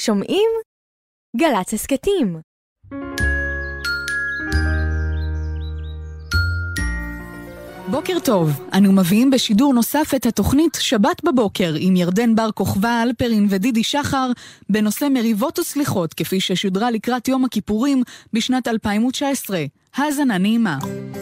שומעים? גל"צ הסכתים. בוקר טוב, אנו מביאים בשידור נוסף את התוכנית שבת בבוקר עם ירדן בר כוכבא, אלפרין ודידי שחר בנושא מריבות וסליחות כפי ששודרה לקראת יום הכיפורים בשנת 2019. האזנה נעימה.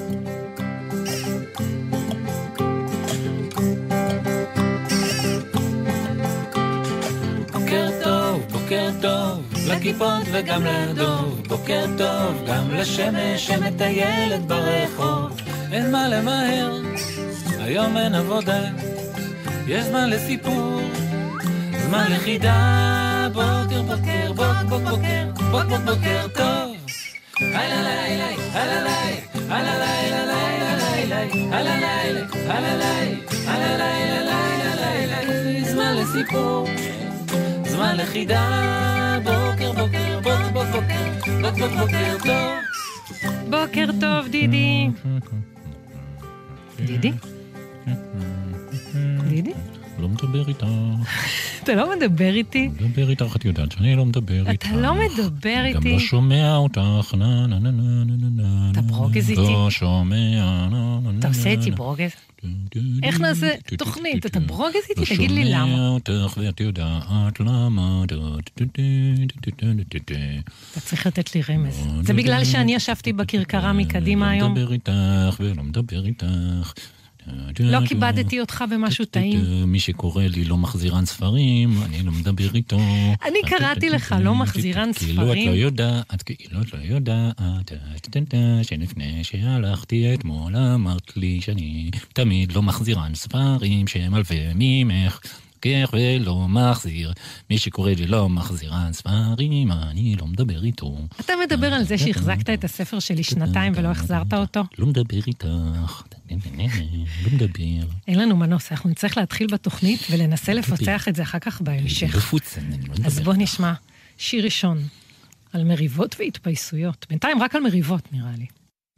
בוקר טוב, בוקר טוב, לכיפות וגם לדוב. בוקר טוב, גם לשמש שמטיילת ברחוב. אין מה למהר, היום אין עבודה, יש זמן לסיפור, זמן לחידה. בוקר בוקר, בוקר בוקר טוב. הלא לילה, הלא לילה, הלא לילה, הלא לילה, הלא לילה, זמן לסיפור, זמן לחידה. בוקר בוקר, בוקר טוב. בוקר טוב, דידי. דידי? דידי? לא מדבר איתך. אתה לא מדבר איתי? מדבר איתך, את יודעת שאני לא מדבר איתך. אתה לא מדבר איתי? גם לא שומע אותך. אתה ברוגז איתי? לא שומע. אתה עושה איתי ברוגז? איך נעשה תוכנית? אתה ברוגז איתי? תגיד לי למה. לא שומע אותך ואת יודעת למה. אתה צריך לתת לי רמז. זה בגלל שאני ישבתי בכרכרה מקדימה היום? לא מדבר איתך ולא מדבר איתך. לא כיבדתי אותך במשהו טעים. מי שקורא לי לא מחזירן ספרים, אני לא מדבר איתו. אני קראתי לך לא מחזירן ספרים. כאילו את לא יודעת, שלפני שהלכתי אתמול אמרת לי שאני תמיד לא מחזירן ספרים שמלווה ממך. כך ולא מחזיר, מי שקורא לי לא מחזירן ספרים, אני לא מדבר איתו. אתה מדבר על זה שהחזקת את הספר שלי שנתיים ולא החזרת אותו? לא מדבר איתך, לא מדבר. אין לנו מנוס, אנחנו נצטרך להתחיל בתוכנית ולנסה לפצח את זה אחר כך בהמשך. אז בוא נשמע שיר ראשון על מריבות והתפייסויות. בינתיים רק על מריבות נראה לי.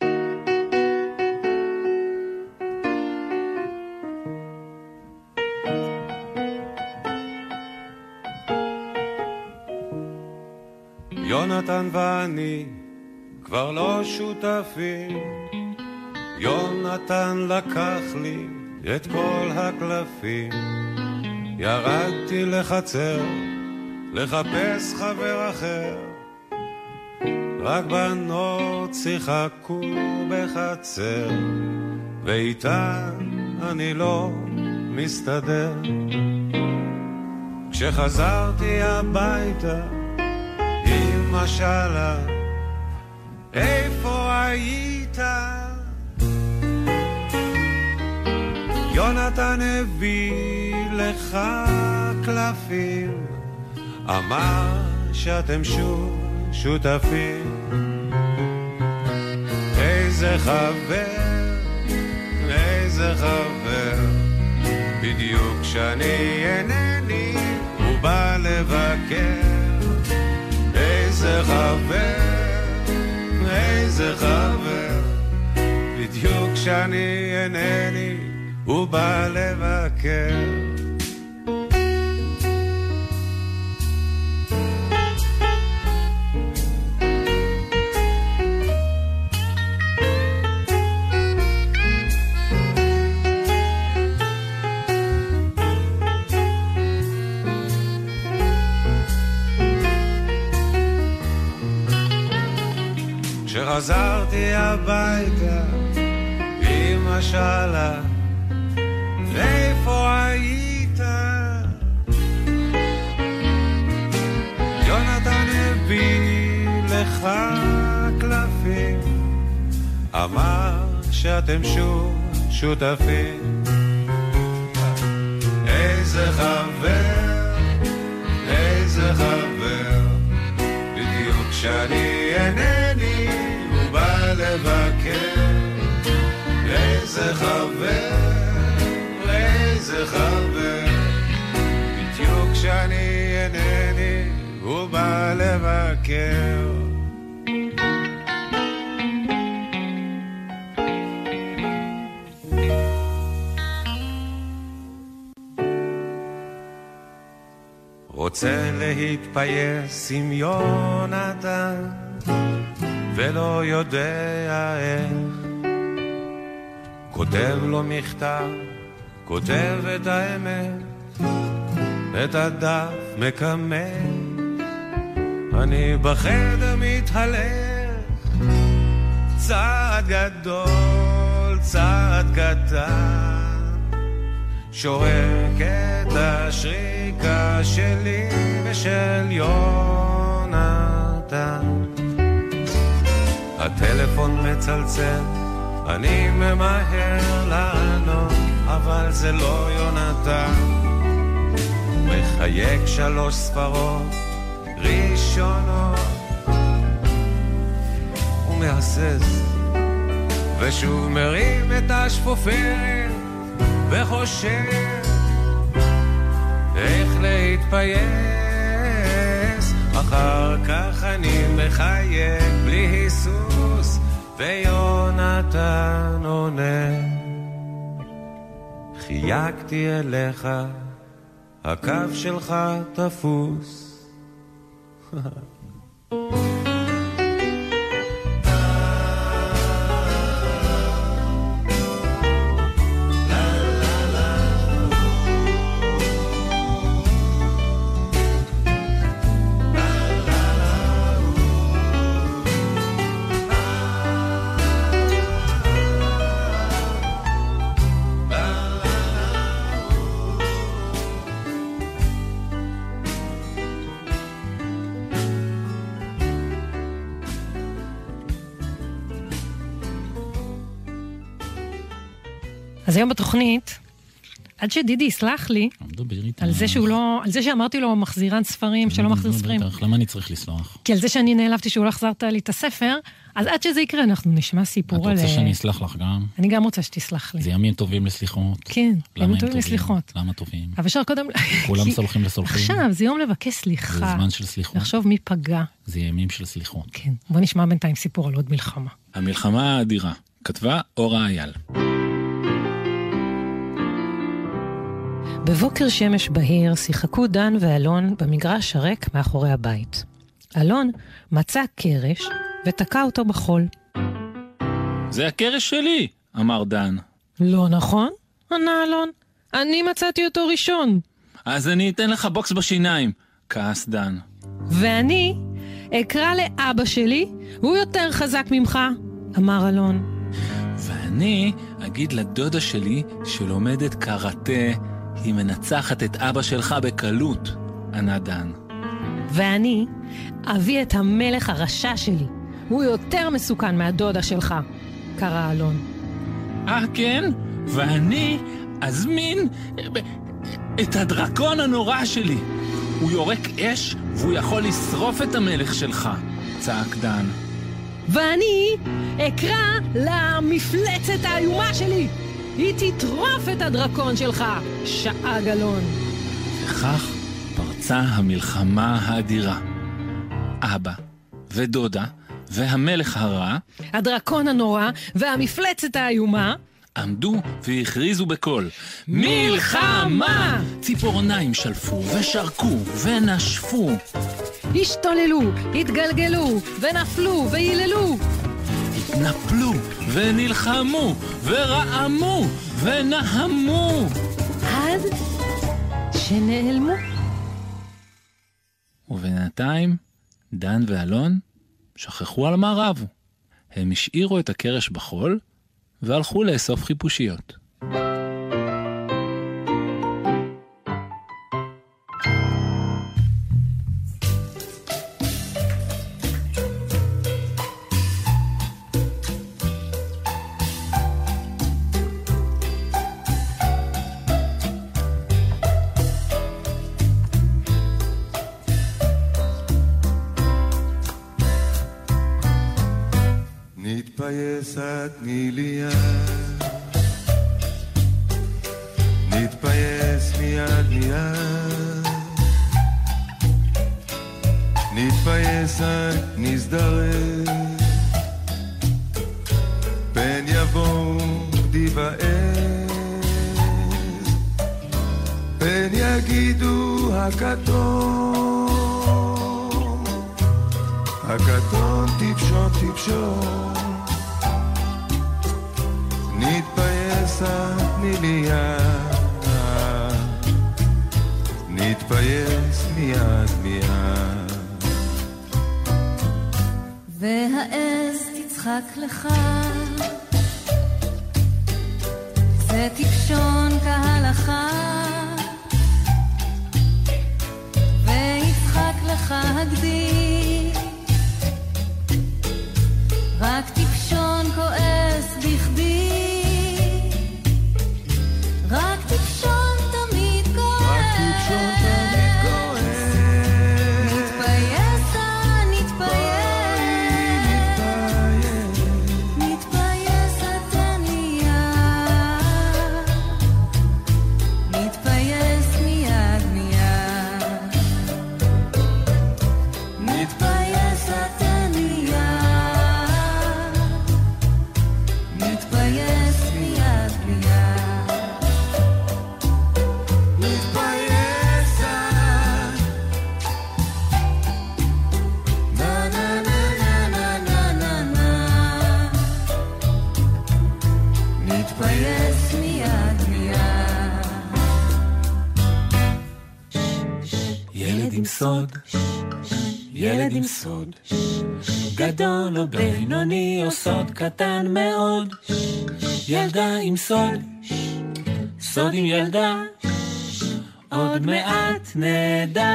יונתן ואני כבר לא שותפים. יונתן לקח לי את כל הקלפים. ירדתי לחצר לחפש חבר אחר, רק בנות שיחקו בחצר, ואיתן אני לא מסתדר. כשחזרתי הביתה אמא שאלה, איפה היית? יונתן הביא לך קלפים, אמר שאתם שוב שותפים. איזה חבר, איזה חבר, בדיוק כשאני אינני הוא בא לבקר. איזה חבר, איזה חבר, בדיוק כשאני אינני הוא בא לבקר. כשחזרתי הביתה אמא שאלה, איפה היית? יונתן הביא לך קלפים, אמר שאתם שוב שותפים. איזה חבר, איזה חבר, בדיוק כשאני אינני הוא בא לבקר. איזה חבר, איזה חבר, בדיוק כשאני אינני הוא בא לבקר. רוצה להתפייס עם יונתן ולא יודע איך. כותב לו מכתב, כותב את האמת, את הדף מקמל. אני בחדר מתהלך, צעד גדול, צעד קטן, שורק את השריקה שלי ושל יונתן. הטלפון מצלצל, אני ממהר לענות, אבל זה לא יונתן. מחייק 3 ספרות ראשונות, הוא מהסס ושוב מרים את השפופרת וחושב איך להתפייס. אחר כך אני מחייק בלי היסוס ויונתן עונה, חייגתי אליך, הקו שלך תפוס. אז היום בתוכנית, עד שדידי יסלח לי, על זה שאמרתי לו מחזירן ספרים, שלא מחזיר ספרים. למה אני צריך לסלוח? כי על זה שאני נעלבתי שהוא לא החזרת לי את הספר, אז עד שזה יקרה אנחנו נשמע סיפור על... את רוצה שאני אסלח לך גם? אני גם רוצה שתסלח לי. זה ימים טובים לסליחות. כן, ימים טובים לסליחות. למה טובים? אבל אפשר קודם... כולם סולחים לסולחים. עכשיו, זה יום לבקש סליחה. זה זמן של סליחות. לחשוב מי פגע. זה ימים של סליחות. כן, בוא נשמע בינתיים סיפור על עוד מלחמה. המלחמה האדירה. כתבה אורה אייל. בבוקר שמש בהיר שיחקו דן ואלון במגרש הריק מאחורי הבית. אלון מצא קרש ותקע אותו בחול. זה הקרש שלי, אמר דן. לא נכון, ענה אלון. אני מצאתי אותו ראשון. אז אני אתן לך בוקס בשיניים, כעס דן. ואני אקרא לאבא שלי, הוא יותר חזק ממך, אמר אלון. ואני אגיד לדודה שלי שלומדת קראטה, היא מנצחת את אבא שלך בקלות, ענה דן. ואני אביא את המלך הרשע שלי, הוא יותר מסוכן מהדודה שלך, קרא אלון. כן? ואני אזמין את הדרקון הנורא שלי. הוא יורק אש והוא יכול לשרוף את המלך שלך, צעק דן. ואני אקרא למפלצת האיומה שלי, היא תטרוף את הדרקון שלך, שאג אלון. וכך פרצה המלחמה האדירה. אבא ודודה והמלך הרע, הדרקון הנורא והמפלצת האיומה, עמדו והכריזו בקול, מלחמה! ציפורניים שלפו ושרקו ונשפו, השתוללו, התגלגלו ונפלו ויללו, התנפלו ונלחמו ורעמו ונהמו, עד שנעלמו. ובינתיים דן ואלון שכחו על מה רבו. הם השאירו את הקרש בחול והלכו לאסוף חיפושיות. נתפייס תני לי יד, נתפייס מיד מיד, נתפייס נזדרז, פן יבוא דיבעז, פן יגידו הכתוב טיפשון, טיפשון, נתפייס, תני לי יד, נתפייס מיד מיד. והעז תצחק לך, זה טיפשון כהלכה, ויצחק לך הגדי, רק טיפשון כועס בכדי, רק טיפשון תמיד כועס, רק טיפשון תמיד כועס, נתפייס, נתפייס, נתפייס התניה, נתפייס מיד מיד, נתפייס התניה, נתפייס מיד מיד, נתפייס, נה נה נה נה נה נה נה, נתפייס מיד מיד. ילד עם סוד, ילד עם סוד, גדול או בינוני או סוד קטן מאוד, ילדה עם סוד, סוד עם ילדה, עוד מעט נדע.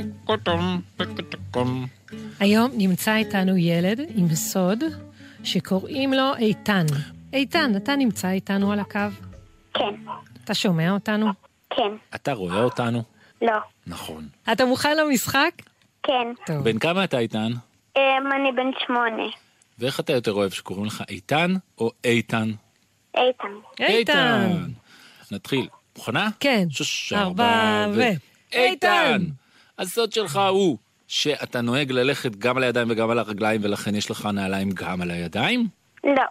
היום נמצא איתנו ילד עם סוד שקוראים לו איתן. איתן, אתה נמצא איתנו על הקו? כן. אתה שומע אותנו? כן. אתה רואה אותנו? לא. נכון. אתה מוכן למשחק? כן. טוב. בן כמה אתה איתן? אני בן 8. ואיך אתה יותר אוהב שקוראים לך איתן או איתן? איתן. איתן. נתחיל. מוכנה? כן. 3, 4 ו... איתן! הסוד שלך הוא שאתה נוהג ללכת גם על הידיים וגם על הרגליים, ולכן יש לך נעליים גם על הידיים? לא.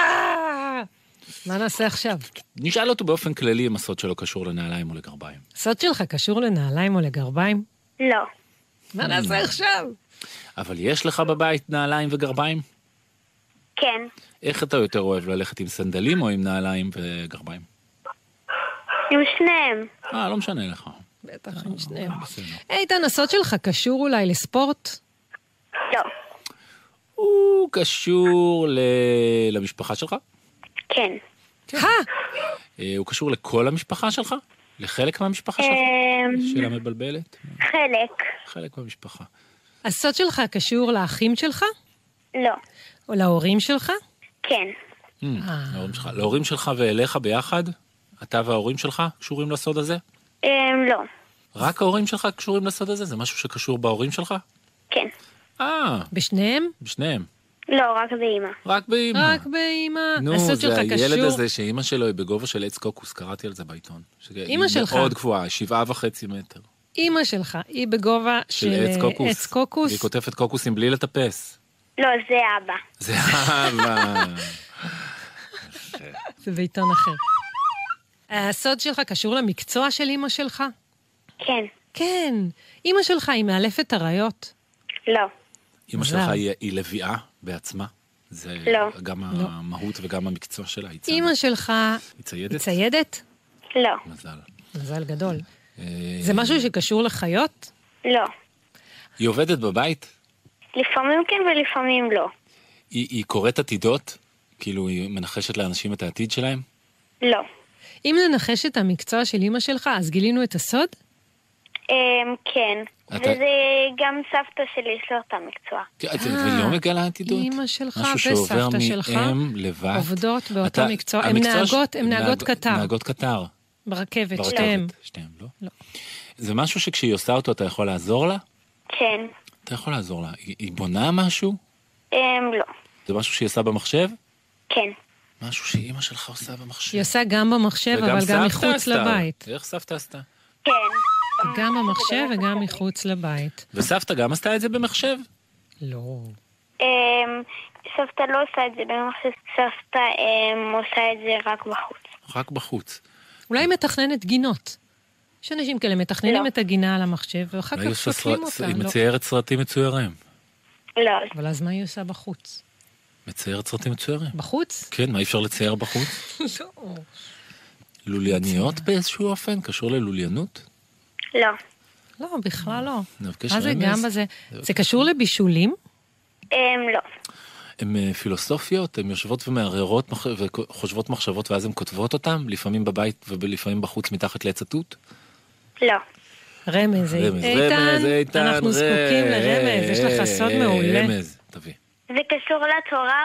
מה נעשה עכשיו? נשאל אותו באופן כללי אם הסוד שלו קשור לנעליים או לגרביים. הסוד שלך קשור לנעליים או לגרביים? לא. מה נעשה עכשיו? אבל יש לך בבית נעליים וגרביים? כן. איך אתה יותר אוהב ללכת עם סנדלים או עם נעליים וגרביים? עם שניהם. לא משנה לך. בטח עם שניהם. איתן, הסוד שלך קשור אולי לספורט? לא. הוא קשור למשפחה שלך? כן. הוא קשור לכל המשפחה שלך? לחלק מהמשפחה שלך? שאלה מבלבלת? חלק. חלק מהמשפחה. הסוד שלך קשור לאחים שלך? לא. או להורים שלך? כן. להורים שלך ואליך ביחד? אתה וההורים שלך קשורים לסוד הזה? לא. רק ההורים שלך קשורים לסוד הזה? זה משהו שקשור בהורים שלך? כן. בשניהם? בשניהם. לא, רק באמא. רק באמא. רק באמא. נו, הסוד זה שלך הילד קשור... הזה שאמא שלו היא בגובה של עץ קוקוס, קראתי על זה בעיתון. אמא שלך. מאוד גבוהה, 7.5 מטר. אמא שלך, היא בגובה של עץ קוקוס. והיא כותפת קוקוסים בלי לטפס. לא, זה אבא. זה אבא. זה בעיתון אחר. הסוד שלך קשור למקצוע של אמא שלך? כן. כן. אמא שלך היא מאלפת אריות? לא. אמא שלך היא לביאה בעצמה? זה לא. גם המהות וגם המקצוע שלה. אמא שלך... היא ציידת? היא ציידת? לא. מזל. מזל גדול. זה משהו שקשור לחיות? לא. היא עובדת בבית? לפעמים כן ולפעמים לא. היא קוראת עתידות? כאילו היא מנחשת לאנשים את העתיד שלהם? לא. אם ננחש את המקצוע של אמא שלך, אז גילינו את הסוד? כן. וזה גם סבתא שלי יש לו את המקצוע. ולא מגלה עתידות? אמא שלך וסבתא שלך מאם לבת. עובדות באותו מקצוע. הן נהגות קטר. נהגות קטר. ברכבת, שתיהם. שתיהם, לא? לא. זה משהו שכשהיא עושה אותו אתה יכול לעזור לה? כן. אתה יכול לעזור לה. היא בונה משהו? לא. זה משהו שהיא עושה במחשב? כן. משהו שאמא שלך עושה במחשב. היא עושה גם במחשב, אבל גם מחוץ לבית. איך סבתא עשתה? כן. גם במחשב וגם מחוץ לבית. וסבתא גם עשתה את זה במחשב? לא. סבתא לא עושה את זה במחשב, סבתא עושה את זה רק בחוץ. רק בחוץ. אולי היא מתכננת גינות. יש אנשים כאלה מתכננים את הגינה על המחשב, ואחר כך שותלים אותה. היא מציירת סרטים מצוירים. לא. אבל אז מה היא עושה בחוץ? מציירת סרטים מצוירים. בחוץ? כן, מה אפשר לצייר בחוץ? לא. לולייניות באיזשהו אופן? קשור ללוליינות? לא. לא, בכלל לא. נבקש מה זה רמז? גם בזה? זה קשור לבישולים? לא. הן פילוסופיות, הן יושבות ומערערות וחושבות מחשבות ואז הן כותבות אותן, לפעמים בבית ולפעמים בחוץ מתחת לעץ התות? לא. רמז, איתן, אנחנו זקוקים לרמז, יש לך סוד מעולה. רמז, תביא. זה קשור לתורה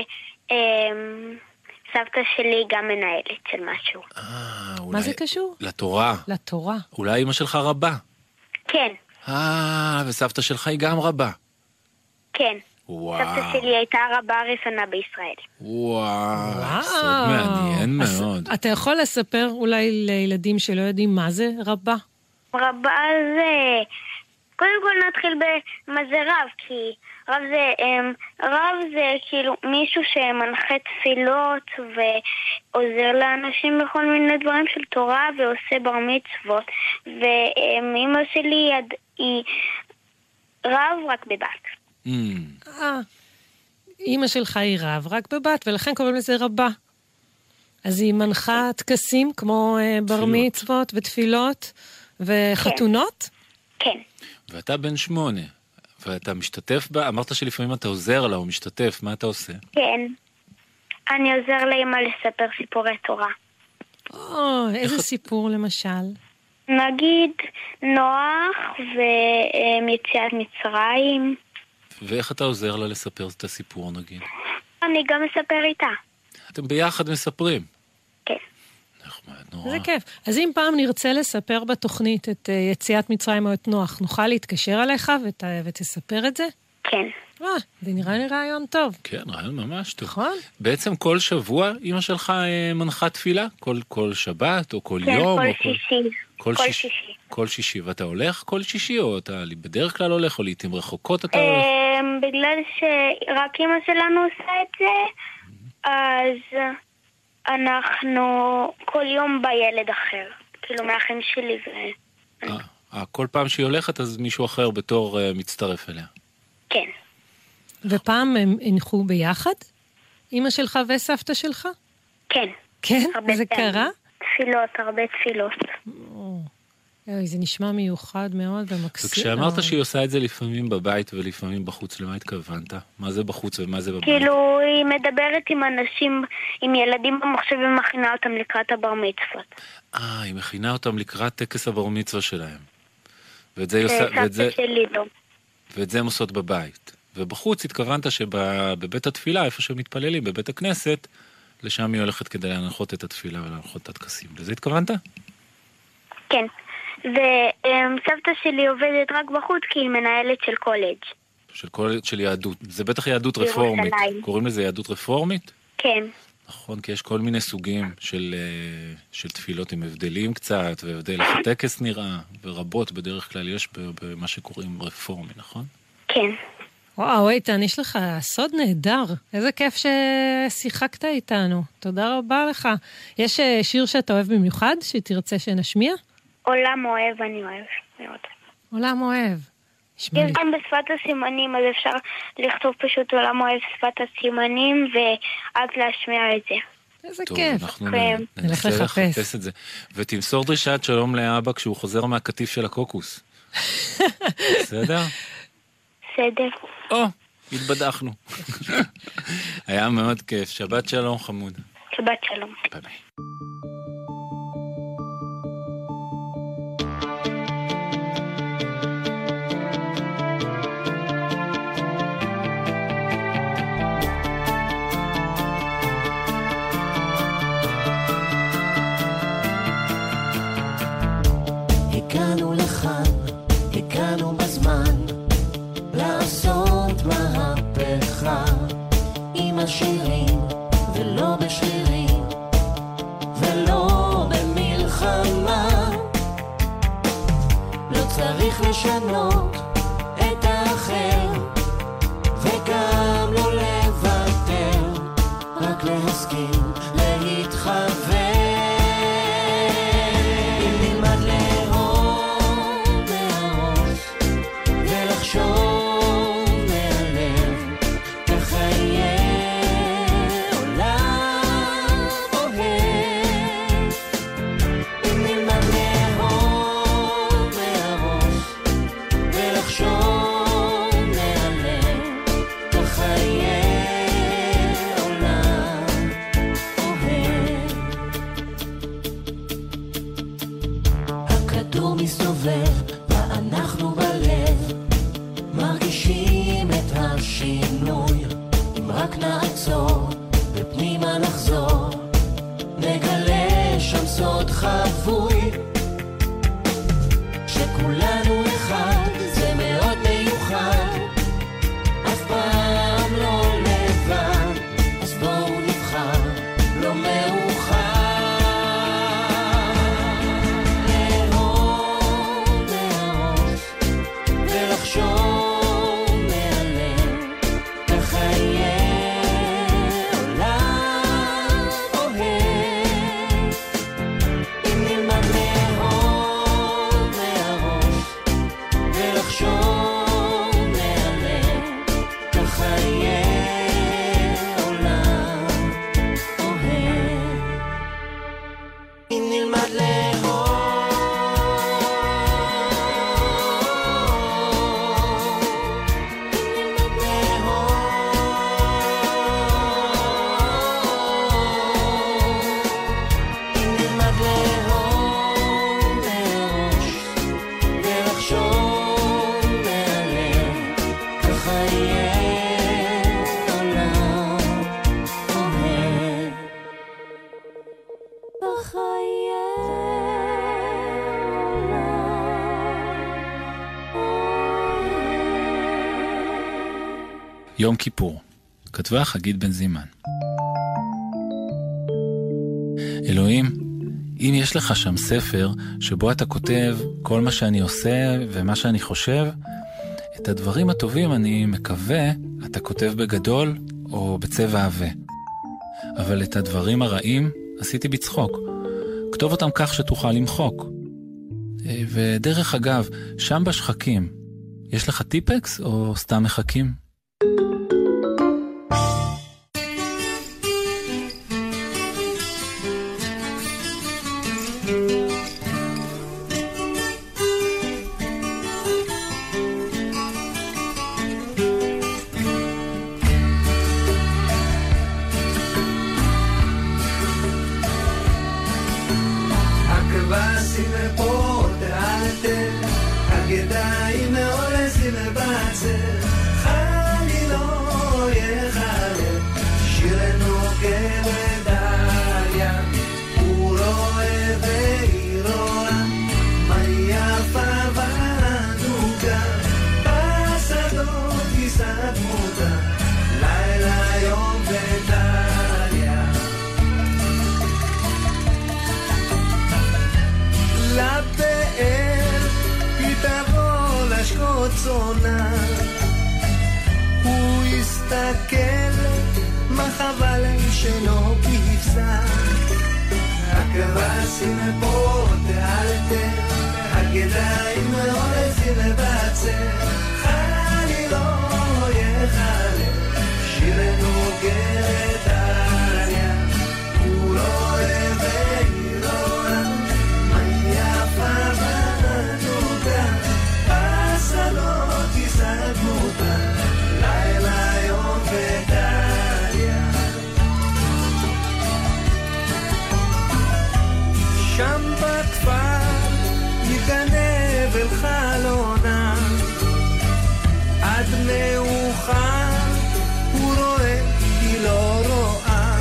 סבתא שלי גם מנהלת של משהו. מה זה קשור? לתורה. לתורה. אולי אמא שלך רבה. כן. וסבתא שלך היא גם רבה. כן. וואו. סבתא שלי הייתה הרבה הראשונה בישראל. וואו. סוד מעניין מאוד. אתה יכול לספר אולי לילדים שלא יודעים מה זה רבה? רבה זה... קודם כל נתחיל במה זה רב, כי רב זה כאילו מישהו שמנחה תפילות ועוזר לאנשים בכל מיני דברים של תורה ועושה בר מצוות. ואמא שלי היא רב רק בבת. אמא שלך היא רב רק בבת, ולכן קוראים לזה רבה. אז היא מנחה טקסים כמו בר מצוות ותפילות וחתונות? כן. ואתה בן 8, ואתה משתתף בה, אמרת שלפעמים אתה עוזר לה או משתתף, מה אתה עושה? כן. אני עוזר לאמא לספר סיפורי תורה. איזה סיפור למשל? נגיד נוח ויציאת מצרים. ואיך אתה עוזר לה לספר את הסיפור נגיד? אני גם מספר איתה. אתם ביחד מספרים? כן. נחמד, נורא. זה כיף. אז אם פעם נרצה לספר בתוכנית את יציאת מצרים או את נוח, נוכל להתקשר אליך ותספר את זה? כן. זה נראה לי רעיון טוב. כן, רעיון ממש טוב. נכון? בעצם כל שבוע אמא שלך מנחה תפילה? כל שבת או כל יום? כן, כל שישי. כל שישי. כל שישי. ואתה הולך כל שישי או אתה בדרך כלל הולך או לעתים רחוקות אתה הולך? בגלל שרק אמא שלנו עושה את זה, אז אנחנו כל יום בילד אחר. כאילו מאחים שלי כל פעם שהיא הולכת אז מישהו אחר בתור מצטרף אליה. כן. ופעם הם הנחו ביחד? אמא שלך וסבתא שלך? כן. כן? זה קרה? תפילות, הרבה תפילות. זה נשמע מיוחד מאוד ומקסים. וכשאמרת שהיא עושה את זה לפעמים בבית ולפעמים בחוץ, למה התכוונת? מה זה בחוץ ומה זה בבית? כאילו, היא מדברת עם אנשים, עם ילדים במחשב ומכינה אותם לקראת הבר מצוות. היא מכינה אותם לקראת טקס הבר מצווה שלהם. ואת זה שלי לא. ואת זה הם עושות בבית. ובחוץ התכוונת שבבית התפילה, איפה שהם מתפללים, בבית הכנסת, לשם היא הולכת כדי להנחות את התפילה ולהנחות את הטקסים. לזה התכוונת? כן. וסבתא שלי עובדת רק בחוץ כי היא מנהלת של קולג'. של יהדות. זה בטח יהדות רפורמית. קוראים לזה יהדות רפורמית? כן. נכון, כי יש כל מיני סוגים של תפילות עם הבדלים קצת, והבדל איך הטקס נראה, ורבות בדרך כלל יש במה שקוראים רפורמי, נכון? כן. וואו, איתן, יש לך סוד נהדר. איזה כיף ששיחקת איתנו. תודה רבה לך. יש שיר שאתה אוהב במיוחד, שתרצה שנשמיע? עולם אוהב, אני אוהב מאוד. עולם אוהב. יש גם בשפת הסימנים, אז אפשר לכתוב פשוט עולם אוהב שפת הסימנים, ואז להשמיע את זה. איזה כיף. טוב, אנחנו ננסה לחפש את זה. ותמסור דרישת שלום לאבא כשהוא חוזר מהקטיף של הקוקוס. בסדר? בסדר. התבדחנו. היה מאוד כיף. שבת שלום חמוד. שבת שלום. ביי ביי. הגענו לכאן, הגענו בזמן לעשות מהפכה עם השירים ולא בשרירים ולא במלחמה. לא צריך לשנות את האחר וגם לא לוותר, רק להסכים להתחבר. לחשוב מהלב ולחשוב מהלב, ככה יהיה עולם אוהב. אם נלמד לאהוב, יום כיפור, כתבה חגית בן זימן. אלוהים, אם יש לך שם ספר שבו אתה כותב כל מה שאני עושה ומה שאני חושב, את הדברים הטובים אני מקווה אתה כותב בגדול או בצבע עבה. אבל את הדברים הרעים עשיתי בצחוק. כתוב אותם כך שתוכל למחוק. ודרך אגב, שם בשחקים, יש לך טיפקס או סתם מחכים? הוא יסתכל מה חבל שלא כבשה הכבשים פה תעלתם הגדיים הולכים לבצר חלי לא יחלם שירנו גרת עליה הוא לא אוהב ואירוע מה יפה בנוגה פסלות יסגמותה לילה יום ודליה שם בכפר יגנב אל חלונה עד מאוחר הוא רואה היא לא רואה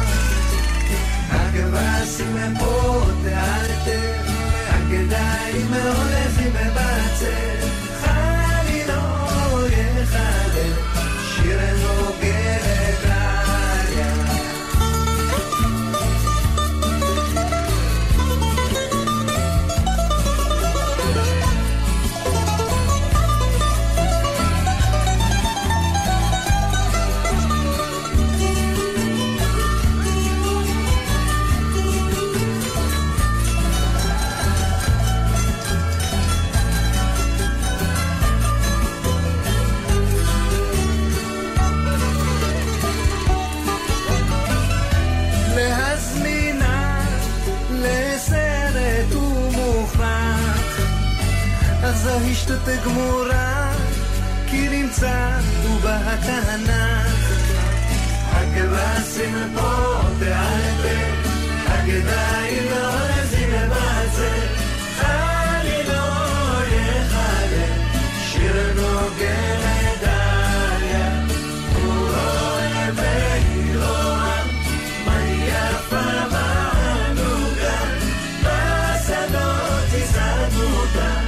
הכבשים הם פה תעלתם הגדיים הולכים בבצר חלי לא יחלם שירנו גרת עליה זו השתת גמורה כי נמצא ובהתנך הכבשים פה תעלתם הגדיים לא עזים לבצר חלי לא יחלם שירנו גרת דליה הוא רואה ואירוע מה יפה בנוגה בשדות יסדמותה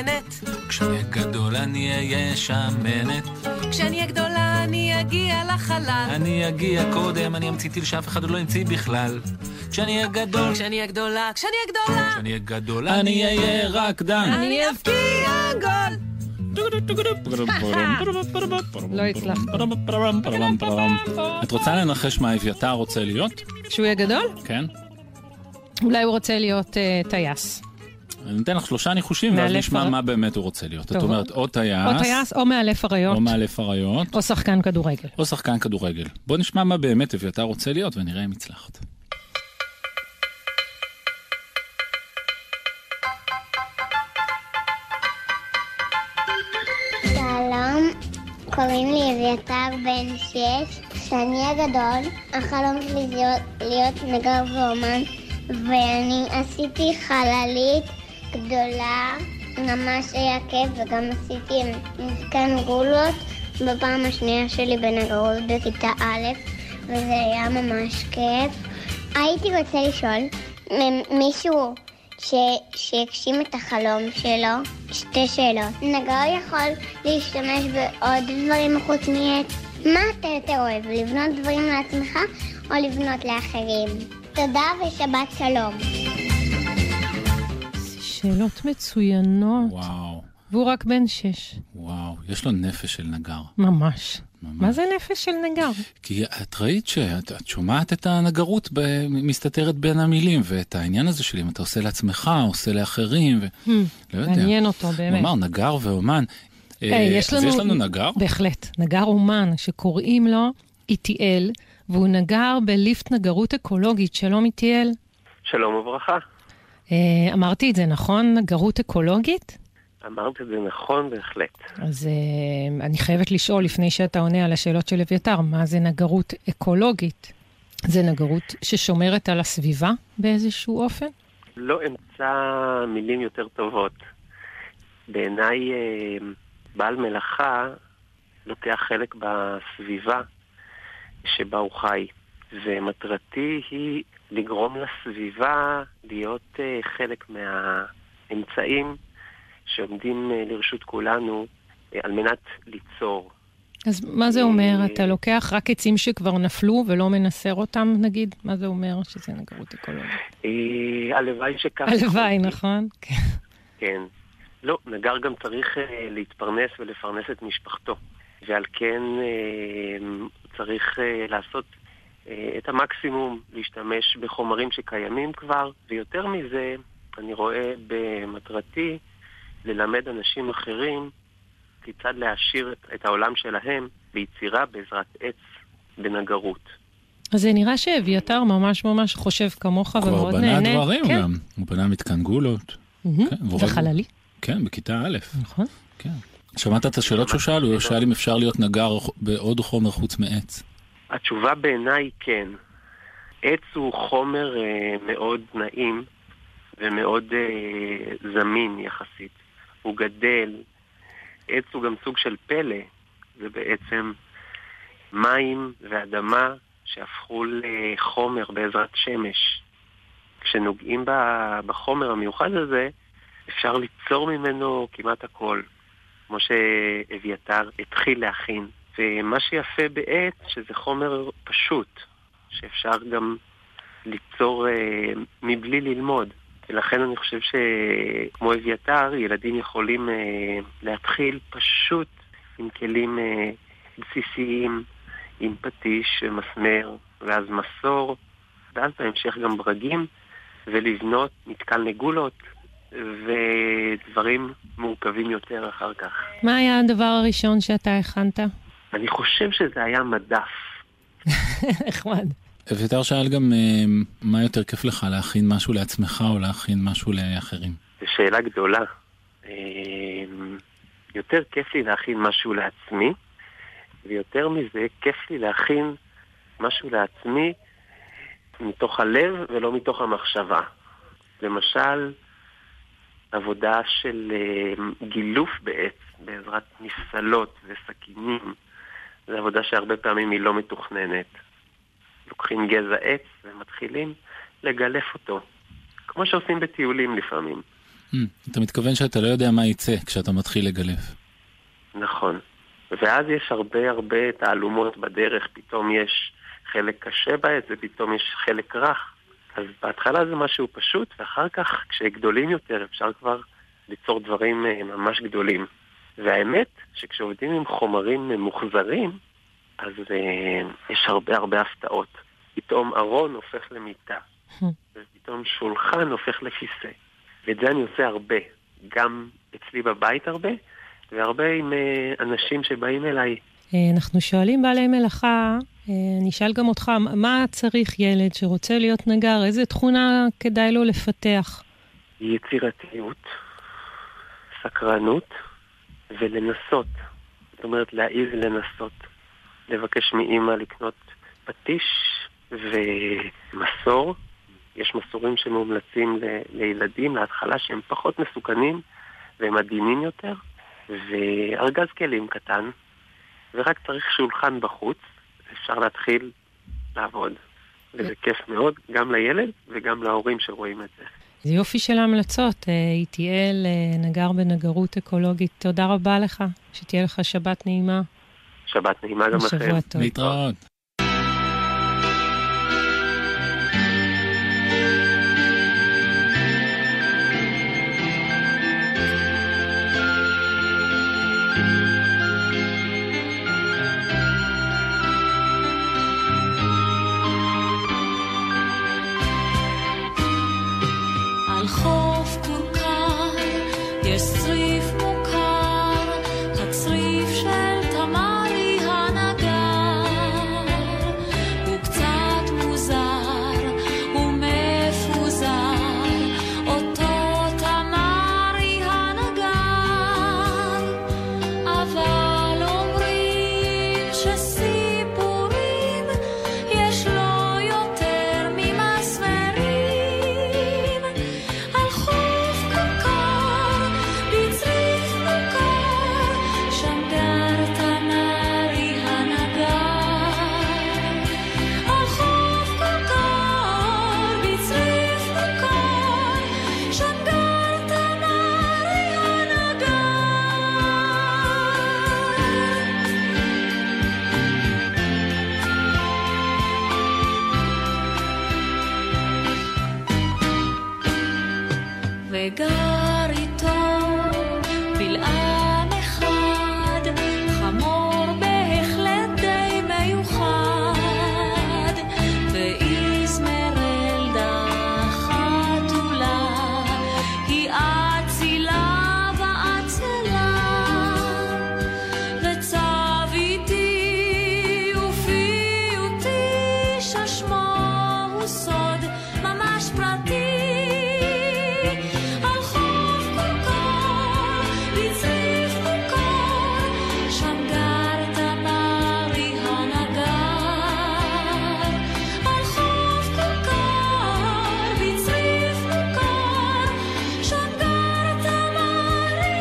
שמנת. כשאני אהיה גדול אני אהיה שמנת. כשאני אהיה גדולה אני אגיע לחלל. אני אגיע קודם, אני המצאתי שאף אחד לא המציא בכלל. כשאני אהיה גדול, כשאני אהיה גדולה, כשאני אהיה גדולה, כשאני אהיה גדול אני אהיה רקדן. אני אבקיע גול. לא הצלחת. את רוצה לנחש מה אביתר רוצה להיות? שהוא יהיה גדול? כן. אולי הוא רוצה להיות טייס. אני נותן לך 3 ניחושים, ואז נשמע מה באמת הוא רוצה להיות. את אומרת, או טייס, או מאלף אריות. או מאלף אריות. או שחקן כדורגל. או שחקן כדורגל. בוא נשמע מה באמת אביתר רוצה להיות, ונראה אם הצלחת. שלום, קוראים לי אביתר בן 6. כשאני אהיה גדול, החלום שלי זה להיות נגר ואומן, ואני עשיתי חללית גדולה, ממש היה כיף, וגם עשיתי מתקן גולות בפעם השנייה שלי בנגרות בכיתה א', וזה היה ממש כיף. הייתי רוצה לשאול מישהו שהגשים את החלום שלו, 2 שאלות. נגר יכול להשתמש בעוד דברים חוץ מעץ. מה אתה יותר אוהב, לבנות דברים לעצמך או לבנות לאחרים? תודה ושבת שלום. שאלות מצוינות. וואו. והוא רק בן 6. וואו, יש לו נפש של נגר. ממש. מה זה נפש של נגר? כי את ראית שאת שומעת את הנגרות מסתתרת בין המילים, ואת העניין הזה שלי, אם אתה עושה לעצמך, עושה לאחרים, לא יודע. מעניין אותו באמת. הוא אמר, נגר ואומן. אז יש לנו נגר? בהחלט, נגר אומן, שקוראים לו איטיאל, והוא נגר בליפט נגרות אקולוגית. שלום איטיאל. שלום וברכה. אמרתי את זה נכון, נגרות אקולוגית? אמרת את זה נכון בהחלט. אז אני חייבת לשאול לפני שאתה עונה על השאלות של אביתר, מה זה נגרות אקולוגית? זה נגרות ששומרת על הסביבה באיזשהו אופן? לא אמצא מילים יותר טובות. בעיניי בעל מלאכה לוקח חלק בסביבה שבה הוא חי, ומטרתי היא לגרום לסביבה להיות חלק מהאמצעים שעומדים לרשות כולנו על מנת ליצור. אז מה זה אומר? אתה לוקח רק עצים שכבר נפלו ולא מנסר אותם, נגיד? מה זה אומר שזה נגרות אקולוגית? הלוואי שכך. הלוואי, נכון? כן. לא, נגר גם צריך להתפרנס ולפרנס את משפחתו. ועל כן צריך לעשות את המקסימום, להשתמש בחומרים שקיימים כבר, ויותר מזה אני רואה במטרתי ללמד אנשים אחרים כיצד להעשיר את העולם שלהם ביצירה בעזרת עץ בנגרות. אז זה נראה שאביתר ממש ממש חושב כמוך ומאוד נהנה. כבר בנה דברים גם. הוא בנה מתקן גולות. וחללי. כן, בכיתה א'. נכון. כן. שמעת את השאלות שהוא שאל? הוא שאל אם אפשר להיות נגר בעוד חומר חוץ מעץ. התשובה בעיניי כן. עץ הוא חומר מאוד נעים ומאוד זמין יחסית. הוא גדל. עץ הוא גם סוג של פלא. זה בעצם מים ואדמה שהפכו לחומר בעזרת שמש. כשנוגעים בחומר המיוחד הזה, אפשר ליצור ממנו כמעט הכל, כמו שאביתר התחיל להכין. ומה שיפה בעץ, שזה חומר פשוט, שאפשר גם ליצור מבלי ללמוד. ולכן אני חושב שכמו אביתר, ילדים יכולים להתחיל פשוט עם כלים בסיסיים, עם פטיש ומסמר, ואז מסור, ואז בהמשך גם ברגים, ולבנות מתקן נגולות, ודברים מורכבים יותר אחר כך. מה היה הדבר הראשון שאתה הכנת? אני חושב שזה היה מדף. נחמד. אביתר שאל גם מה יותר כיף לך, להכין משהו לעצמך או להכין משהו לאחרים? זו שאלה גדולה. יותר כיף לי להכין משהו לעצמי, ויותר מזה כיף לי להכין משהו לעצמי מתוך הלב ולא מתוך המחשבה. למשל, עבודה של גילוף בעץ בעזרת נפסלות וסכינים. זו עבודה שהרבה פעמים היא לא מתוכננת. לוקחים גזע עץ ומתחילים לגלף אותו, כמו שעושים בטיולים לפעמים. אתה מתכוון שאתה לא יודע מה יצא כשאתה מתחיל לגלף. נכון. ואז יש הרבה תעלומות בדרך, פתאום יש חלק קשה בעץ ופתאום יש חלק רך. אז בהתחלה זה משהו פשוט, ואחר כך כשגדולים יותר אפשר כבר ליצור דברים ממש גדולים. והאמת שכשעובדים עם חומרים מוחזרים, אז יש הרבה הפתעות. פתאום ארון הופך למיטה, ופתאום שולחן הופך לכיסא. ואת זה אני עושה הרבה, גם אצלי בבית הרבה, והרבה עם אנשים שבאים אליי. אנחנו שואלים בעלי מלאכה, נשאל גם אותך, מה צריך ילד שרוצה להיות נגר? איזה תכונה כדאי לו לפתח? יצירתיות, סקרנות ולנסות. זאת אומרת, להעיז לנסות. לבקש מאמא לקנות פטיש ומסור. יש מסורים שמומלצים לילדים להתחלה שהם פחות מסוכנים והם עדינים יותר. וארגז כלים קטן. ורק צריך שולחן בחוץ. אפשר להתחיל לעבוד. וזה כיף מאוד, גם לילד וגם להורים שרואים את זה. זה יופי של ההמלצות. איתיאל, נגר בנגרות אקולוגית. תודה רבה לך. שתהיה לך שבת נעימה. שבת נעימה גם לכם. שבוע טוב. להתראות. על חוף כורכר יש צריף מוכר, הצריף של תמרי הנגר. הוא קצת מוזר ומפוזר, אותו תמרי הנגר. אבל אומרים שסיפורים יש לו יותר ממסמרים. על חוף כורכר בצריף מוכר, שם גר תמרי הנגר. על חוף כורכר בצריף מוכר, שם גר תמרי הנגר. וגר איתו בלעם אחד, חמור בהחלט די מיוחד, ואיזמרלדה חתולה, היא אצילה ואצלה. וצב איתי ופיוטי, ששמו הוא סוד ממש פרטי. על חוף כורכר בצריף מוכר, שם גר תמרי הנגר. על חוף כורכר בצריף מוכר, שם גר תמרי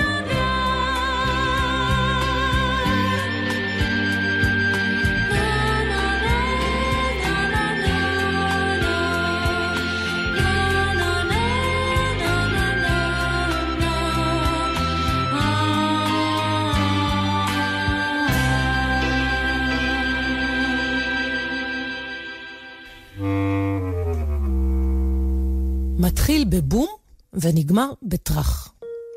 מתחיל בבום ונגמר בטרח.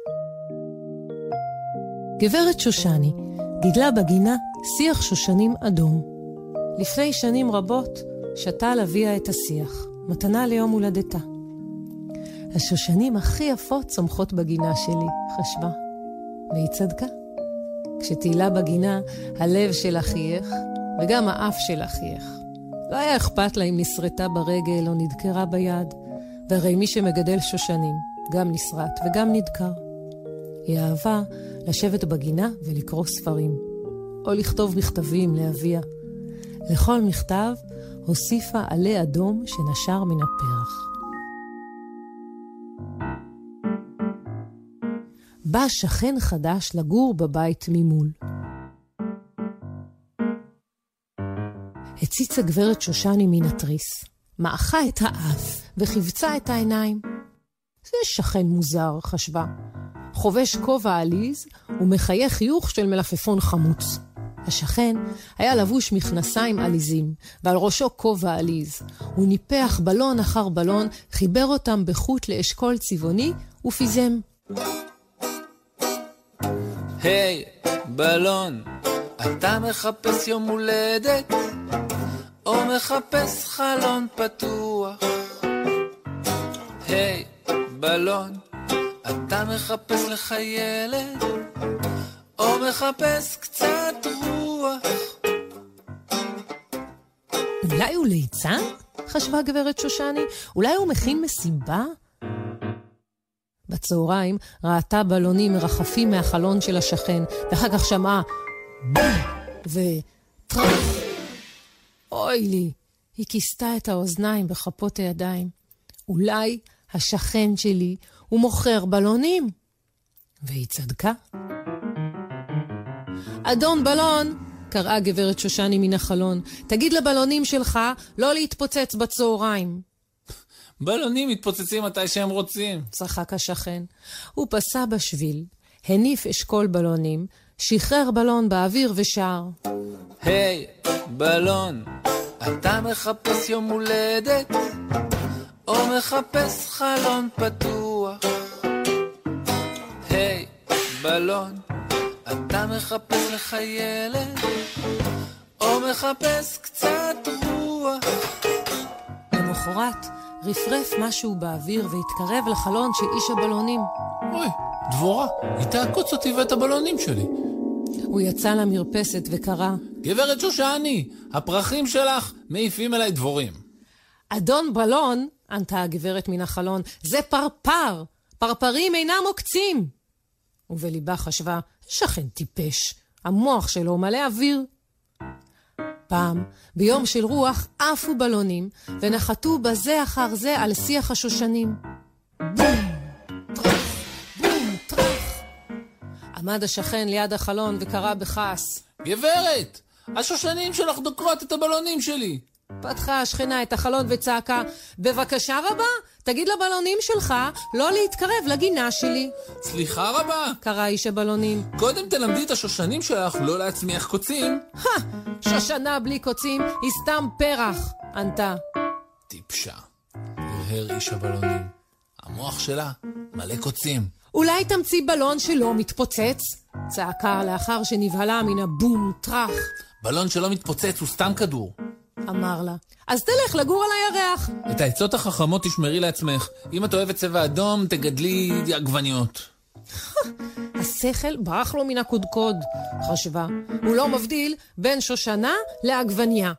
גברת שושני גידלה בגינה שיח שושנים אדום. לפני שנים רבות שתה אביה את השיח, מתנה ליום הולדתה. השושנים הכי יפות צומחות בגינה שלי, חשבה. והיא צדקה. כשתהילה בגינה, הלב שלה חייך, וגם האף שלה חייך. לא היה אכפת לה אם נשרטה ברגל או נדקרה ביד, והרי מי שמגדל שושנים גם נשרט וגם נדקר. היא אהבה לשבת בגינה ולקרוא ספרים, או לכתוב מכתבים לאביה. לכל מכתב הוסיפה עלה אדום שנשר מן הפרח. בא שכן חדש לגור בבית ממול. הציצה גברת שושני מן התריס, מעכה את האף וחבצה את העיניים. זה שכן מוזר, חשבה. חובש כובע עליז ומחייך חיוך של מלפפון חמוץ. השכן היה לבוש מכנסיים עליזים, ועל ראשו כובע עליז. הוא ניפח בלון אחר בלון, חיבר אותם בחוט לאשכול צבעוני ופיזם. היי, בלון, אתה מחפש יום הולדת? או מחפש חלון פתוח? היי, בלון, אתה מחפש לך ילד? או מחפש קצת רוח? אולי הוא ליצן? חשבה גברת שושני. אולי הוא מכין מסיבה? בצהריים ראתה בלונים מרחפים מהחלון של השכן, ואחר כך שמעה בום וטרח. אוי לי, היא כיסתה את האוזניים בכפות הידיים. אולי השכן שלי הוא מוכר בלונים. והיא צדקה. אדון בלון, קראה גברת שושני מן החלון, תגיד לבלונים שלך לא להתפוצץ בצהריים. בלונים מתפוצצים מתי שהם רוצים. צחק השכן. הוא פסע בשביל, הניף אשכול בלונים, שחרר בלון באוויר ושר. היי, בלון, אתה מחפש יום הולדת? או מחפש חלון פתוח? היי, בלון, אתה מחפש לך ילד? או מחפש קצת רוח? למחרת רפרף משהו באוויר והתקרב לחלון של איש הבלונים. אוי, דבורה, היא תעקוץ אותי ואת הבלונים שלי. הוא יצא למרפסת וקרא, גברת שושני, הפרחים שלך מעיפים אליי דבורים. אדון בלון, ענתה הגברת מן החלון, זה פרפר. פרפרים אינם עוקצים. ובליבה חשבה, שכן טיפש, המוח שלו מלא אוויר. פעם, ביום של רוח, עפו בלונים, ונחתו בזה אחר זה על שיח השושנים. בום, טרח, בום, טרח. עמד השכן ליד החלון וקרא בכעס, גברת, השושנים שלך דוקרות את הבלונים שלי. פתחה השכנה את החלון וצעקה, בבקשה רבה, תגיד לבלונים שלך לא להתקרב לגינה שלי. סליחה רבה, קרא איש הבלונים. קודם תלמדי את השושנים שלך לא להצמיח קוצים. שושנה בלי קוצים היא סתם פרח, ענתה. טיפשה, הרהר איש הבלונים. המוח שלה מלא קוצים. אולי תמציא בלון שלא מתפוצץ? צעקה לאחר שנבהלה מן הבום טרח. בלון שלא מתפוצץ הוא סתם כדור. אמר לה, אז תלך לגור על הירח. את העצות החכמות תשמרי לעצמך. אם את אוהבת צבע אדום, תגדלי עגבניות. השכל ברח לו מן הקודקוד, חשבה. הוא לא מבדיל בין שושנה לעגבניה.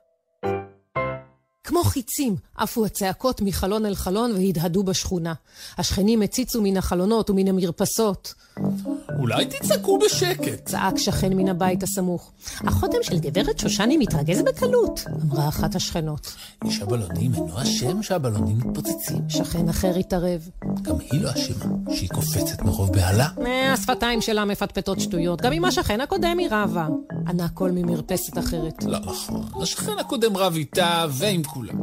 כמו חיצים, עפו הצעקות מחלון אל חלון והדהדו בשכונה. השכנים הציצו מן החלונות ומן המרפסות. אולי תצעקו בשקט, צעק שכן מן הבית הסמוך. החותם של גברת שושני מתרגז בקלות, אמרה אחת השכנות. איש הבלונים אינו אשם שהבלונים מתפוצצים. שכן אחר התערב. גם היא לא אשמה שהיא קופצת מרוב בהלה. השפתיים שלה מפטפטות שטויות, גם עם השכן הקודם היא רבה. ענה קול ממרפסת אחרת. לא נכון, השכן הקודם רב איתה ועם כולם.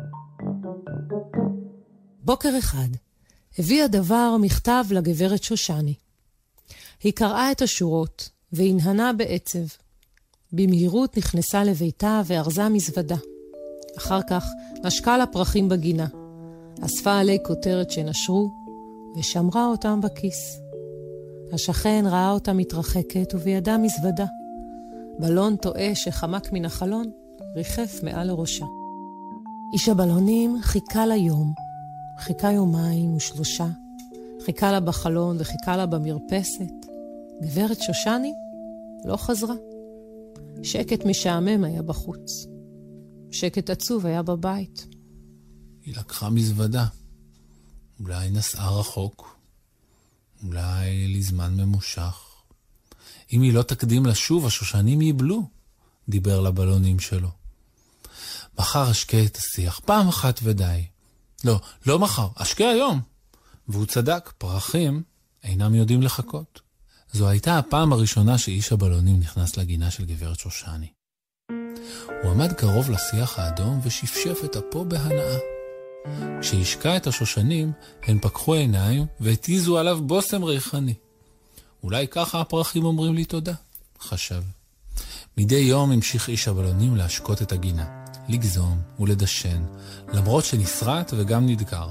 בוקר אחד הביא הדבר מכתב לגברת שושני. היא קראה את השורות והנהנה בעצב. במהירות נכנסה לביתה וארזה מזוודה. אחר כך נשקה לפרחים בגינה. אספה עלי כותרת שנשרו ושמרה אותם בכיס. השכן ראה אותה מתרחקת ובידה מזוודה. בלון טועה שחמק מן החלון ריחף מעל לראשה. איש הבלונים חיכה לה יום. חיכה יומיים ושלושה. חיכה לה בחלון וחיכה לה במרפסת. גברת שושני לא חזרה. שקט משעמם היה בחוץ. שקט עצוב היה בבית. היא לקחה מזוודה. אולי נסעה רחוק. אולי לזמן ממושך. אם היא לא תקדים לשוב, השושנים ייבלו, דיבר לבלונים שלו. מחר אשקה את השיח, פעם אחת ודי. לא מחר, אשקה היום. והוא צדק, פרחים אינם יודעים לחכות. זו הייתה הפעם הראשונה שאיש הבלונים נכנס לגינה של גברת שושני. הוא עמד קרוב לשיח האדום ושפשף את אפו בהנאה. כשהשקע את השושנים, הן פקחו עיניים והתיזו עליו בוסם ריחני. אולי ככה הפרחים אומרים לי תודה, חשב. מדי יום המשיך איש הבלונים להשקות את הגינה, לגזום ולדשן, למרות שנסרט וגם נדקר.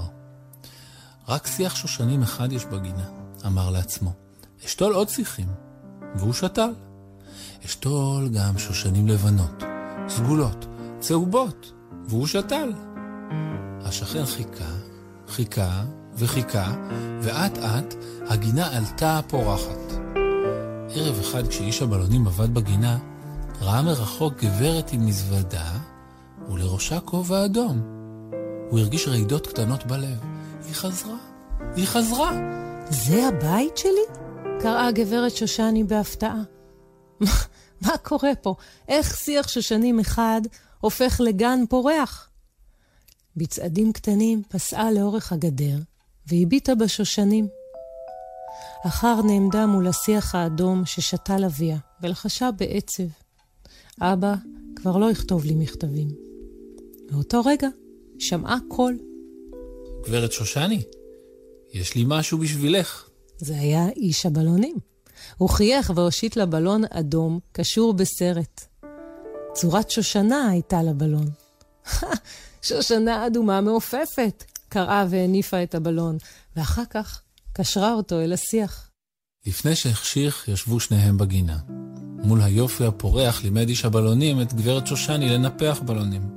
רק שיח שושנים אחד יש בגינה, אמר לעצמו. אשתול עוד שיחים, והוא שתל. אשתול גם שושנים לבנות, סגולות, צהובות, והוא שתל. השכן חיכה וחיכה, ואט אט הגינה עלתה פורחת. ערב אחד כשאיש הבלונים עבד בגינה, ראה מרחוק גברת עם מזוודה, ולראשה כובע אדום. הוא הרגיש רעידות קטנות בלב. היא חזרה. זה הבית שלי? קראה גברת שושני בהפתעה. מה קורה פה? איך שיח שושנים אחד הופך לגן פורח? בצעדים קטנים פסעה לאורך הגדר, והביטה בשושנים. אחר נעמדה מול השיח האדום ששתה לוויה, ולחשה בעצב. אבא כבר לא יכתוב לי מכתבים. באותו רגע שמעה קול. גברת שושני, יש לי משהו בשבילך. זה היה איש הבלונים. הוא חייך והושיט לבלון אדום קשור בסרט. צורת שושנה הייתה לבלון. שושנה אדומה מעופפת, קראה והניפה את הבלון, ואחר כך קשרה אותו אל השיח. לפני שהחשיך ישבו שניהם בגינה. מול היופי הפורח לימד איש הבלונים את גברת שושני לנפח בלונים.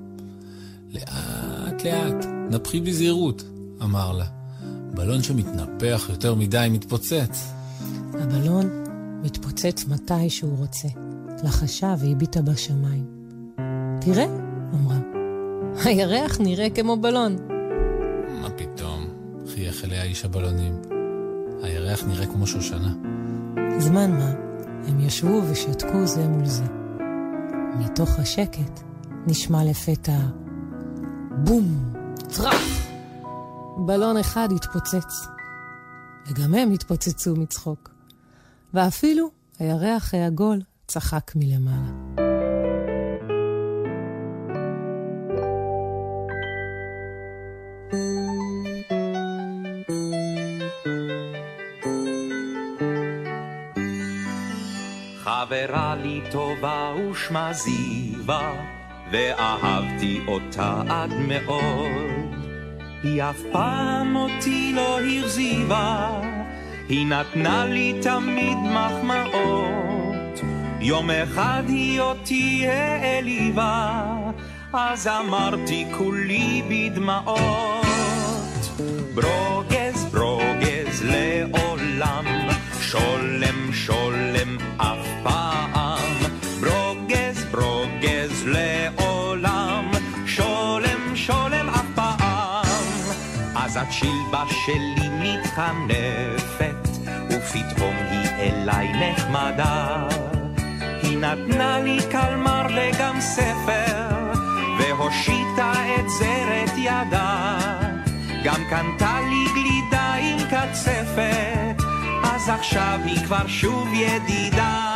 לאט לאט, נפחי בזהירות, אמר לה. בלון שמתנפח יותר מדי מתפוצץ. הבלון מתפוצץ מתי שהוא רוצה. לחשה והביטה בשמיים. תראה, אמרה. הירח נראה כמו בלון. מה פתאום? חייך אליה איש הבלונים. הירח נראה כמו שושנה. זמן מה, הם ישבו ושתקו זה מול זה. מתוך השקט נשמע לפתע בום, טרף. בלון אחד התפוצץ. וגם הם התפוצצו מצחוק. ואפילו הירח העגול צחק מלמעלה. חברה לי טובה ושמה זיווה, ואהבתי אותה עד מאוד. היא אף פעם אותי לא הרזיבה, היא נתנה לי תמיד מחמאות. יום אחד היא אותי העליבה, אז אמרתי כולי בדמעות. ברוגז ברוגז לעולם, שולם שולם אף פעם. ברוגז ברוגז לעולם, שולם שולם אף פעם. אז הצ'ילבה שלי מתחנפת, ופתאום היא אליי נחמדה. היא נתנה לי קלמר וגם ספר, והושיטה את זרת ידה. גם קנתה לי גלידה עם קצפת, אז עכשיו היא כבר שוב ידידה.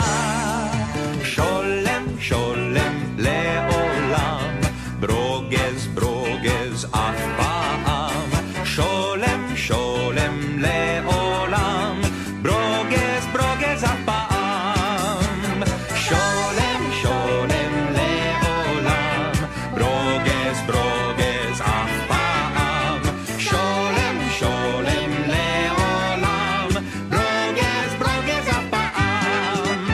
שולם שולם לעולם, ברוגז ברוגז אף פעם. שולם שולם לעולם, ברוגז ברוגז אף פעם. שולם שולם לעולם, ברוגז ברוגז אף פעם. שולם שולם לעולם, ברוגז ברוגז אף פעם.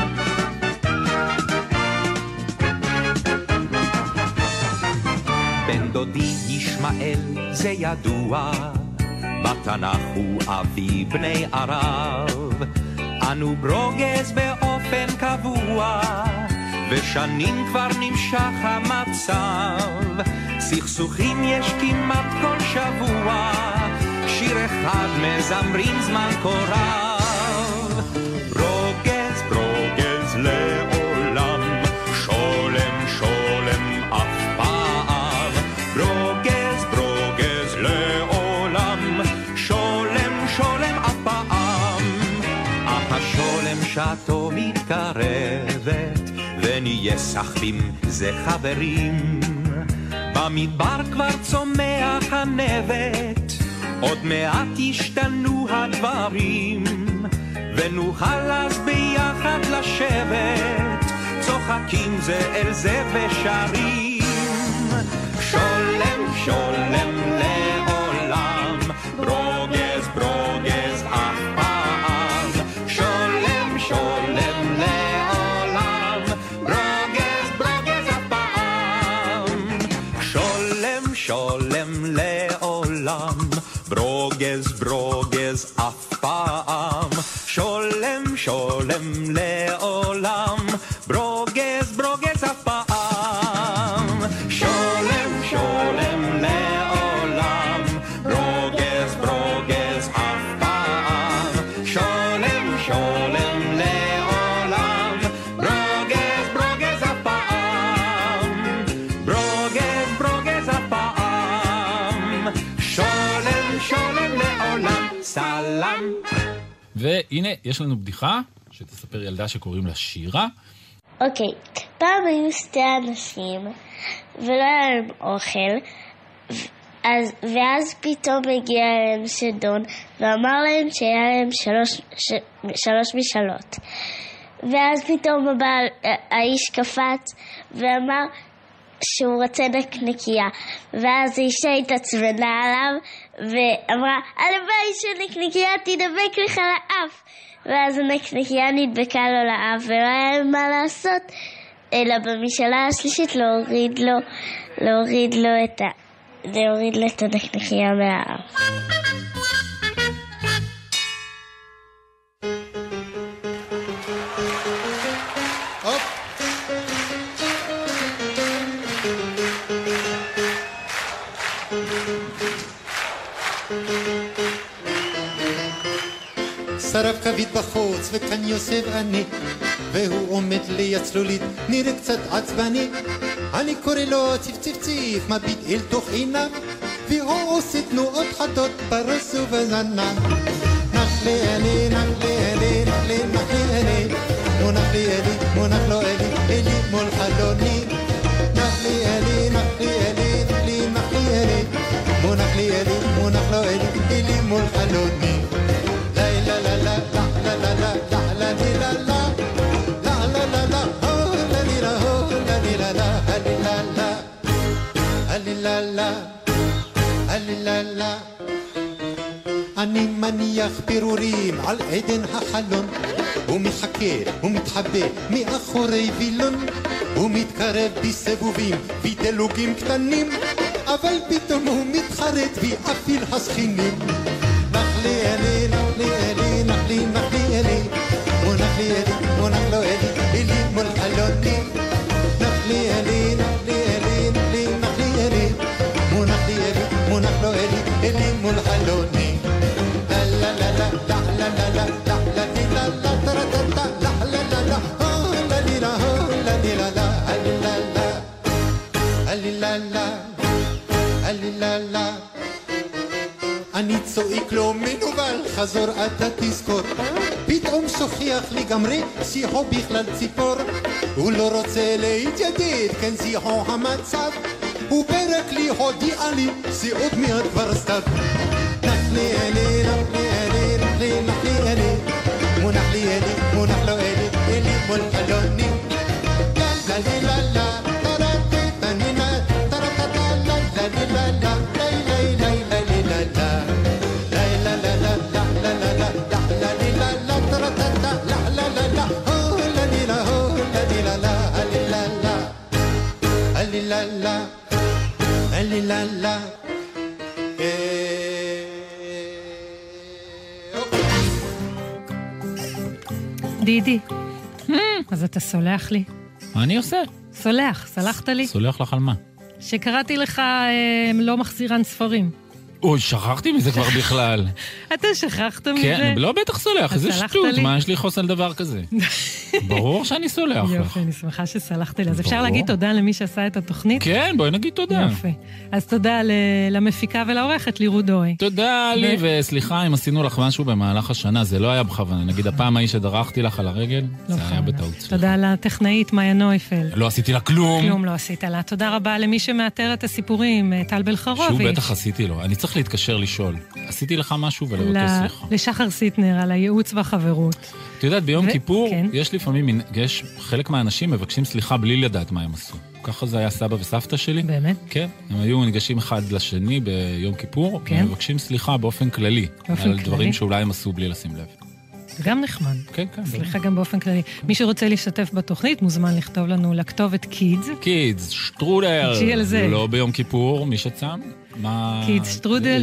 בן דודי ישמעאל זה ידוע, בתנ"ך הוא אבי בני ערב. אנו ברוגז באופן קבוע, ושנים כבר נמשך המצב. סכסוכים יש כמעט כל שבוע, שיר אחד מזמרים זמן קורב. ברוגז ברוגז לעולם, שולם שולם אף פעם. ברוגז ברוגז לעולם, שולם שולם אף פעם. אך השולם שעתו מתקרבת, ונהיה סחבים זה חברים. במדבר כבר צומח הנבט, עוד מעט ישתנו הדברים, ונוכל אז ביחד לשבת, צוחקים זה אל זה ושרים. שולם שולם לעולם, ברוגז ברוגז אף פעם. שולם שולם לעולם, ברוגז ברוגז אף פעם. שולם שולם לעולם, ברוגז ברוגז אף פעם. שולם שולם לעולם, ברוגז ברוגז אף פעם. שולם שולם לעולם, ברוגז ברוגז אף פעם. שולם שולם לעולם, ברוגז ברוגז אף פעם. ברוגז ברוגז אף פעם. שולם שולם לעולם, סלם. והנה, יש לנו בדיחה שתספר ילדה שקוראים לה שירה. אוקיי, פעם היו שתי אנשים ולא היה להם אוכל, ואז פתאום הגיע אליהם שדון ואמר להם שהיה להם שלוש משאלות. ואז פתאום האיש קפץ ואמר שהוא רוצה נקניקיה, ואז האישה התעצבנה עליו ואמרה, הלוואי שנקניקיה תדבק לך לאף. ואז הנקניקיה נדבקה לו לאף ולא היה מה לעשות אלא במשאלה השלישית להוריד לו את הנקניקיה מהאף. שרף כבית בחוץ וכאן יוסף אני, והוא עומד ליד צלולית נראה קצת עצבני. אני קורא לו ציף ציף ציף, מביט אל תוך עיניו, והוא עושה תנועות חדות בראש ובזנב. נחלי אלי נחלי אלי נחלי נחלי אלי, מונח לי אלי מונח לו אלי אלי מול חלוני. נחלי אלי נחלי אלי נחלי נחלי אלי, מונח לי אלי מונח לו אלי אלי מול חלוני. אני מניח פירורים על עדן החלון, הוא מחכה ומתחבא מאחורי וילון, הוא מתקרב בסיבובים ודלוגים קטנים, אבל פתאום הוא מתחרט ואפיל הסכינים. נחלי אלי נחלי אלי נחלי נחלי אלי, מונח לי אלי מונח לו אלי אלי מול חלוני. נחלי אלי נחלי אלי נחלי נחלי אלי, מונח לי אלי מונח לו אלי אלי מול חלוני. לה לה לה לה לה לה לה לה לה לה לה טרטטה לה לה לה לה הו לה לי לה הו לה לי לה לה אלי לה לה אלי לה לה אלי לה לה. אני צועק לו מנובל, חזור אתה תזכור. פתאום שוכח לגמרי, שיחו בכלל ציפור. הוא לא רוצה להתיידד, כן שיחו המצב. הוא ברק לי הודיע לי, זה עוד מעט כבר סתיו. נחלי אלי, נחלי אלי, נחלי נחלי אלי, מונח לי אלי, מונח לו אלי, אלי מול חלוני. לה לה לה לה la la la la. דידי, אז אתה סולח לי? מה אני עושה? סולח, סלחת לי? סולח לך על מה? שקראתי לך לא מחזירן ספרים. אוי, שכחתי מזה כבר בכלל. אתה שכחת מזה? כן, לא בטח סולח, איזה שטות, מה יש לי חוס על דבר כזה? ברור שאני סולח לך. יופי, אני שמחה שסלחתי לה. אז אפשר להגיד תודה למי שעשה את התוכנית? כן, בואי נגיד תודה. יופי. אז תודה למפיקה ולעורכת, לירו דוי. תודה לי, וסליחה אם עשינו לך משהו במהלך השנה, זה לא היה בכוונה. נגיד, הפעם ההיא שדרכתי לך על הרגל, זה היה בטעות. תודה לטכנאית מאיה נויפל. לא עשיתי לה כלום. כלום לא עשית לה. תודה רבה למי שמאתר את הסיפורים, טל בלחרוביץ'. שהוא בטח עשיתי לו. אני צריך להתקשר לשאול. עשיתי לך משהו ולבקש סליחה. לשחר סיטנר על הייעוץ והחברות. אתה יודעת, ביום כיפור יש לפעמים, יש חלק מהאנשים מבקשים סליחה בלי לדעת מה הם עשו. ככה זה היה סבא וסבתא שלי. באמת? כן. הם היו ניגשים אחד לשני ביום כיפור, ומבקשים סליחה באופן כללי. על דברים שאולי הם עשו בלי לשים לב. גם נחמד. כן, כן. סליחה גם באופן כללי. מי שרוצה להשתתף בתוכנית מוזמן לכתוב לנו לכתובת קידס. קידס, שטרודל. לא ביום כיפור, מי שצם. קידס, שטרודל,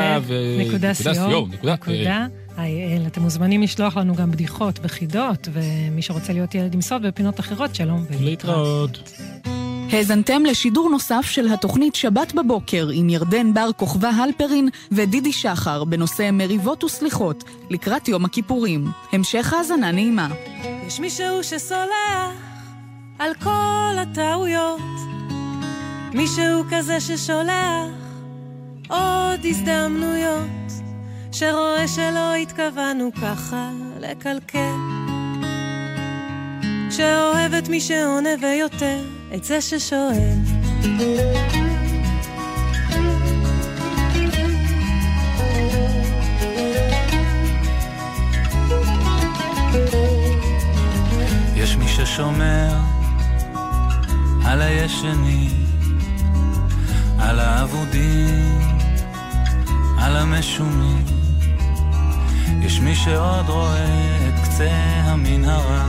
נקודה. אתם מוזמנים לשלוח לנו גם בדיחות וחידות, ומי שרוצה להיות ילד עם סוד בפינות אחרות, שלום. להתראות. האזנתם לשידור נוסף של התוכנית שבת בבוקר עם ירדן בר כוכבא הלפרין ודידי שחר בנושא מריבות וסליחות לקראת יום הכיפורים. המשך האזנה נעימה. יש מישהו שסולח על כל הטעויות, מישהו כזה ששולח עוד הזדמנויות, שרואה שלא התכוונו ככה לקלקל, שאוהב את מי שעונה ויותר את זה ששואל. יש מי ששומר על הישנים, על האבודים, על המשונים. יש מי שעוד רואה את קצה המנהרה,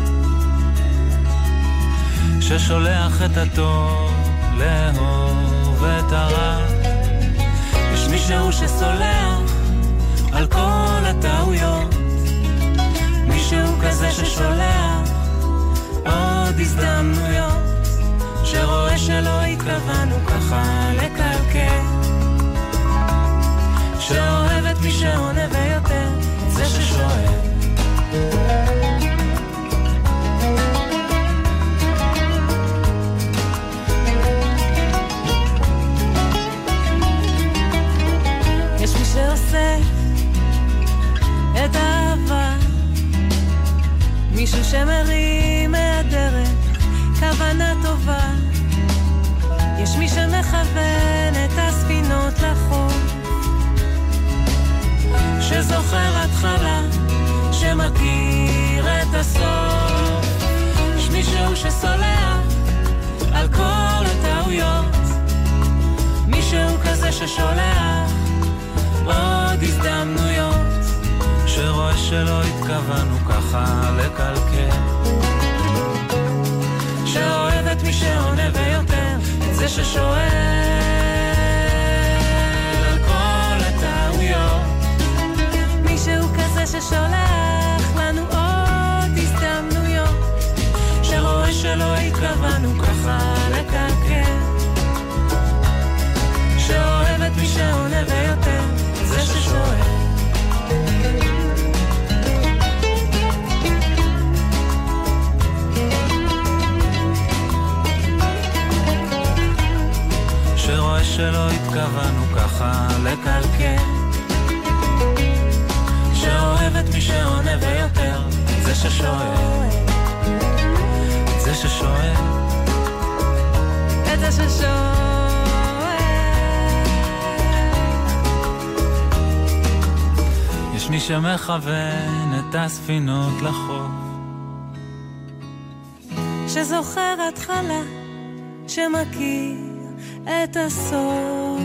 ששולח את הטוב לאהוב את הרע. יש מישהו שסולח על כל הטעויות, מישהו כזה ששולח עוד הזדמנויות, שרואה שלא התכוונו ככה לקלקל, שאוהב את מי שעונה ויותר זה ששואל. יש מי שעושה את האהבה, מישהו שמרים מהדרך כוונה טובה. יש מי שמכוון את הספינות לחוף, שזוכר התחלה, שמכיר את הסוף. יש מישהו שסולח על כל הטעויות, מישהו כזה ששולח עוד הזדמנויות, שרואה שלא התכוונו ככה לקלקל, שאוהב את מי שעונה ויותר את זה ששואל על כל הטעויות, מישהו כזה ששולח לנו עוד הזדמנויות, שרואה שלא התכוונו ככה לקלקל, שאוהב את מי שעונה ויותר זה ששואל. שרואה שלא התכוונו ככה לקלקל, שאוהב את מי שעונה ויותר זה ששואל, זה ששואל, את זה ששואל. יש מי שמכוון את הספינות לחוף, שזוכר התחלה, שמכיר את הסוף.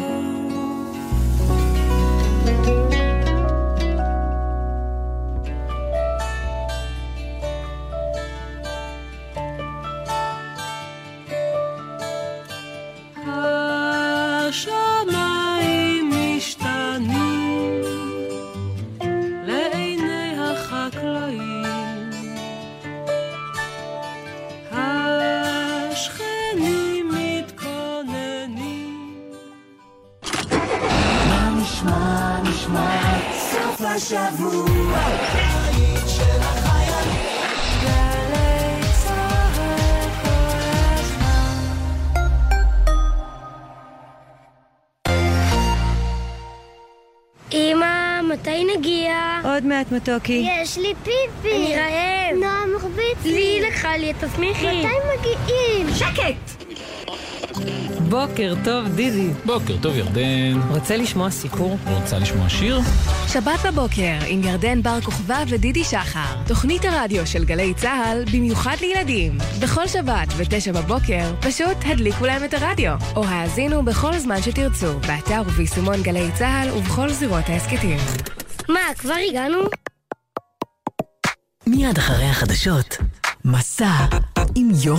השמיים משתנים לעיני החקלאים, השכנים מתכוננים. השבוע. הבית של החיילים. גלי צהל כל הזמן. אמא, מתי נגיע? עוד מעט מתוקי. יש לי פיפי. אני רעב. נועם מחביץ לי. לקחה לי את הסמיכי. מתי מגיעים? שקט! בוקר טוב דידי. בוקר טוב ירדן. רוצה לשמוע סיפור? רוצה לשמוע שיר? שבת בבוקר עם ירדן בר כוכבא ודידי שחר. תוכנית הרדיו של גלי צהל במיוחד לילדים. בכל שבת ו9 בבוקר פשוט הדליקו להם את הרדיו. או האזינו בכל זמן שתרצו. באתר וביישומון גלי צהל ובכל זירות ההסקטים. מה, כבר הגענו? מיד אחרי החדשות, מסע עם